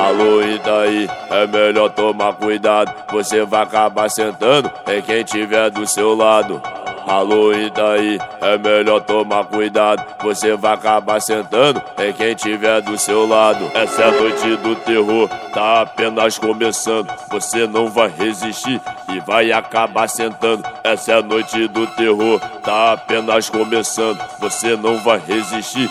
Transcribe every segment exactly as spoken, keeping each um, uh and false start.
Alô, e daí? É melhor tomar cuidado, você vai acabar sentando em quem tiver do seu lado. Alô, e daí? É melhor tomar cuidado, você vai acabar sentando em quem tiver do seu lado. Essa é a noite do terror, tá apenas começando, você não vai resistir e vai acabar sentando. Essa é a noite do terror, tá apenas começando, você não vai resistir.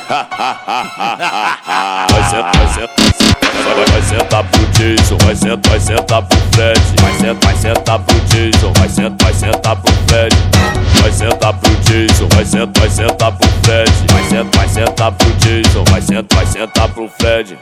Vai sentar, vai sentar, vai, vai sentar pro Jason, vai sentar, vai sentar pro Fred, vai sentar, vai sentar pro Jason, vai sentar, vai sentar pro Fred, vai sentar pro Jason, vai sentar, vai sentar pro Fred, vai sentar, vai sentar pro Jason, vai sentar, vai sentar pro Fred.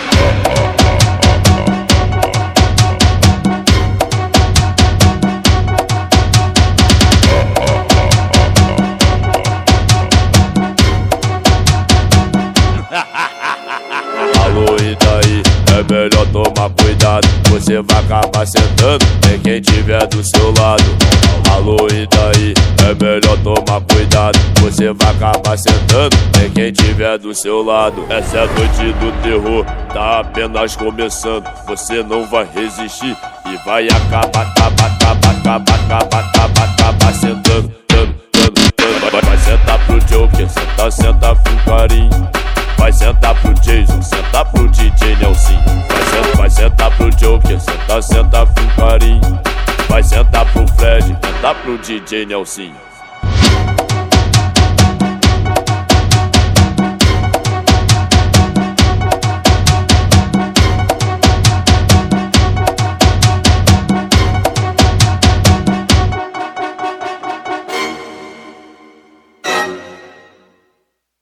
Alô, e daí? É melhor tomar cuidado, você vai acabar sentando em quem tiver do seu lado. Alô, e daí? É melhor tomar cuidado, você vai acabar sentando em quem tiver do seu lado. Essa é a noite do terror, tá apenas começando, você não vai resistir e vai acabar, acabar, acabar, acabar, acabar, acabar, acabar sentando, tando, tando, tando. Vai, vai sentar pro Joker, senta, senta com carinho. Vai sentar pro Jason, senta pro D J Nelson. Vai sentar, vai sentar pro Joker, senta, senta com carinho. Vai sentar pro Fred, senta pro D J Nelson.